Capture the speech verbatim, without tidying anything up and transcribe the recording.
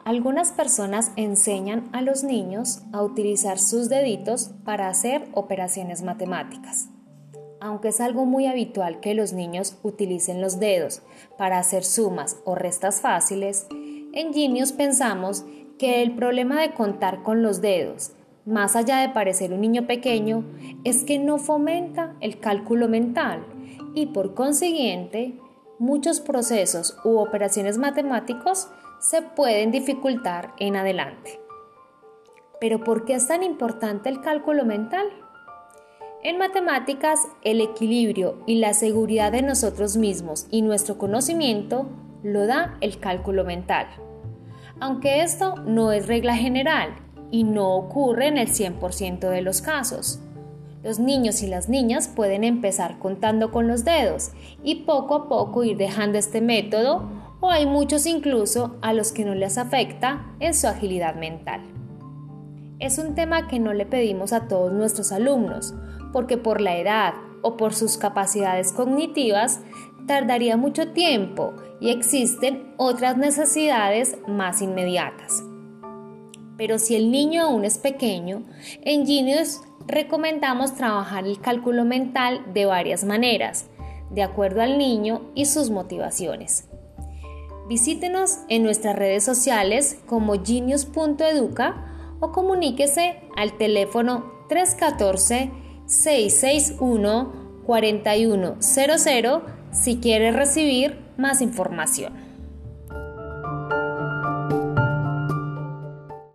Algunas personas enseñan a los niños a utilizar sus deditos para hacer operaciones matemáticas. Aunque es algo muy habitual que los niños utilicen los dedos para hacer sumas o restas fáciles, en Genius pensamos que el problema de contar con los dedos, más allá de parecer un niño pequeño, es que no fomenta el cálculo mental y por consiguiente, muchos procesos u operaciones matemáticos se pueden dificultar en adelante. ¿Pero por qué es tan importante el cálculo mental? En matemáticas, el equilibrio y la seguridad de nosotros mismos y nuestro conocimiento lo da el cálculo mental. Aunque esto no es regla general y no ocurre en el cien por ciento de los casos. Los niños y las niñas pueden empezar contando con los dedos y poco a poco ir dejando este método, o hay muchos incluso a los que no les afecta en su agilidad mental. Es un tema que no le pedimos a todos nuestros alumnos, porque por la edad o por sus capacidades cognitivas tardaría mucho tiempo y existen otras necesidades más inmediatas. Pero si el niño aún es pequeño, en Genius recomendamos trabajar el cálculo mental de varias maneras, de acuerdo al niño y sus motivaciones. Visítenos en nuestras redes sociales como genius punto educa o comuníquese al teléfono tres uno cuatro, seis seis uno, cuatro uno cero cero si quiere recibir más información.